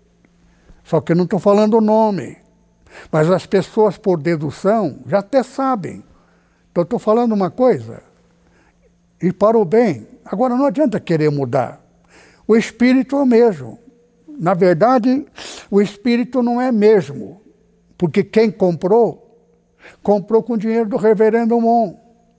só que eu não estou falando o nome. Mas as pessoas, por dedução, já até sabem. Então eu estou falando uma coisa, e para o bem. Agora não adianta querer mudar. O Espírito é o mesmo. Na verdade, o Espírito não é mesmo, porque quem comprou, comprou com o dinheiro do reverendo Mon.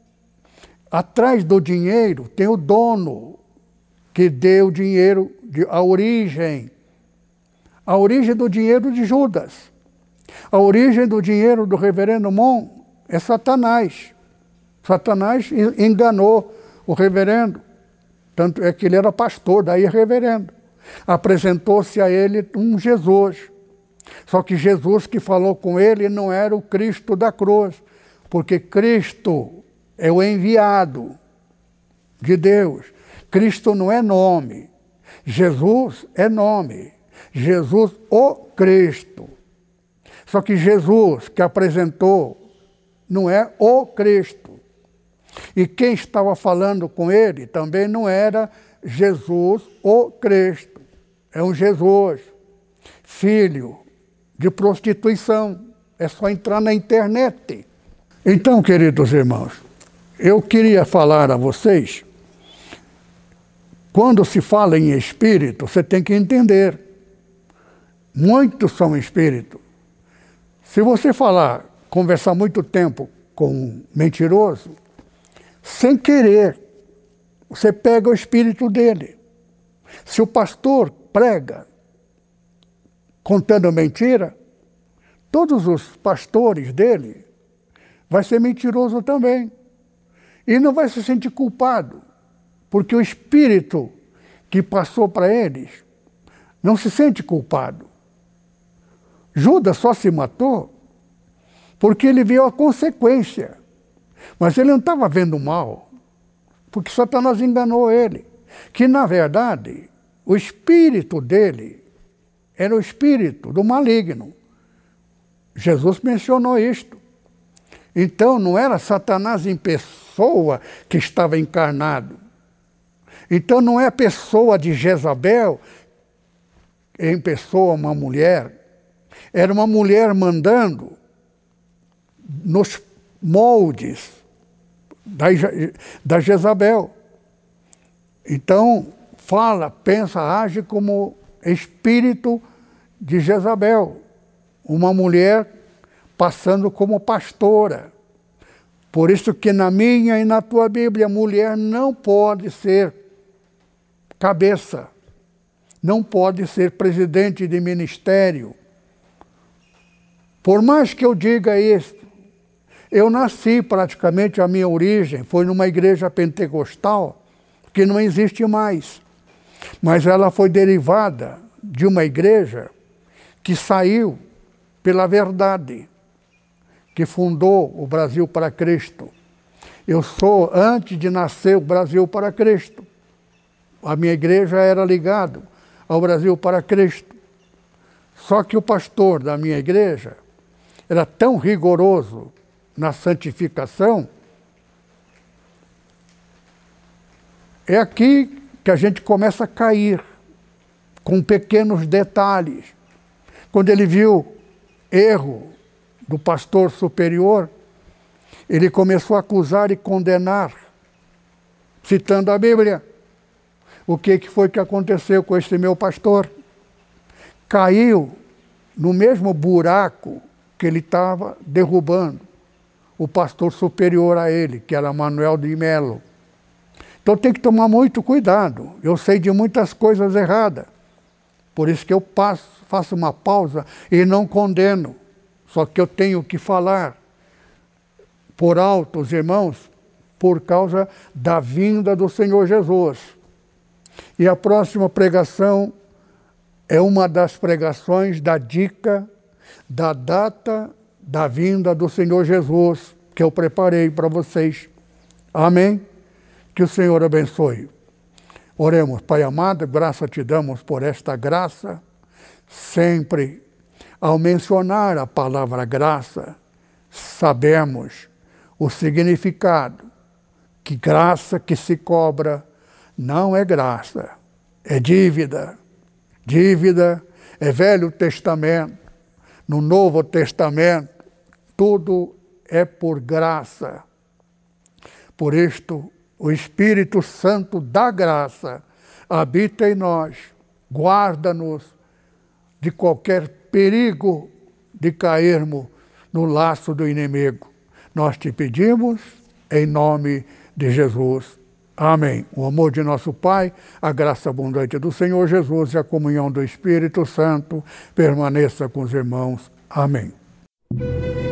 Atrás do dinheiro tem o dono, que deu o dinheiro, de, a origem. A origem do dinheiro de Judas. A origem do dinheiro do reverendo Mon é Satanás. Satanás enganou o reverendo. Tanto é que ele era pastor, daí reverendo. Apresentou-se a ele um Jesus. Só que Jesus que falou com ele não era o Cristo da cruz, porque Cristo é o enviado de Deus. Cristo não é nome. Jesus é nome. Jesus, o Cristo. Só que Jesus que apresentou não é o Cristo. E quem estava falando com ele também não era Jesus, o Cristo. É um Jesus, filho de prostituição. É só entrar na internet. Então, queridos irmãos, eu queria falar a vocês, quando se fala em espírito, você tem que entender. Muitos são espírito. Se você falar, conversar muito tempo com um mentiroso, sem querer, você pega o espírito dele. Se o pastor prega contando mentira, todos os pastores dele vai ser mentiroso também. E não vai se sentir culpado, porque o espírito que passou para eles não se sente culpado. Judas só se matou porque ele viu a consequência. Mas ele não estava vendo mal, porque Satanás enganou ele. Que, na verdade, o espírito dele era o espírito do maligno. Jesus mencionou isto. Então, não era Satanás em pessoa que estava encarnado. Então, não é a pessoa de Jezabel em pessoa uma mulher. Era uma mulher mandando nos moldes da, da Jezabel. Então, fala, pensa, age como espírito de Jezabel. Uma mulher passando como pastora. Por isso que na minha e na tua Bíblia, mulher não pode ser cabeça. não pode ser presidente de ministério. Por mais que eu diga isso, eu nasci praticamente, a minha origem foi numa igreja pentecostal que não existe mais. Mas ela foi derivada de uma igreja que saiu pela verdade, que fundou o Brasil para Cristo. Eu sou, antes de nascer o Brasil para Cristo, a minha igreja era ligada ao Brasil para Cristo. Só que o pastor da minha igreja era tão rigoroso na santificação. É aqui que a gente começa a cair, com pequenos detalhes. Quando ele viu erro do pastor superior, ele começou a acusar e condenar, citando a Bíblia. O que que foi que aconteceu com esse meu pastor? Caiu no mesmo buraco que ele estava derrubando o pastor superior a ele, que era Manuel de Melo. Então tem que tomar muito cuidado. Eu sei de muitas coisas erradas. Por isso que eu passo, faço uma pausa e não condeno. Só que eu tenho que falar por alto, os irmãos, por causa da vinda do Senhor Jesus. E a próxima pregação é uma das pregações da dica da data da vinda do Senhor Jesus, que eu preparei para vocês. Amém? Que o Senhor abençoe. Oremos. Pai amado, graça te damos por esta graça. Sempre, ao mencionar a palavra graça, sabemos o significado, que graça que se cobra não é graça, é dívida. Dívida é Velho Testamento. No Novo Testamento, tudo é por graça. Por isto, o Espírito Santo da graça habita em nós, guarda-nos de qualquer perigo de cairmos no laço do inimigo. Nós te pedimos em nome de Jesus. Amém. O amor de nosso Pai, a graça abundante do Senhor Jesus e a comunhão do Espírito Santo permaneça com os irmãos. Amém.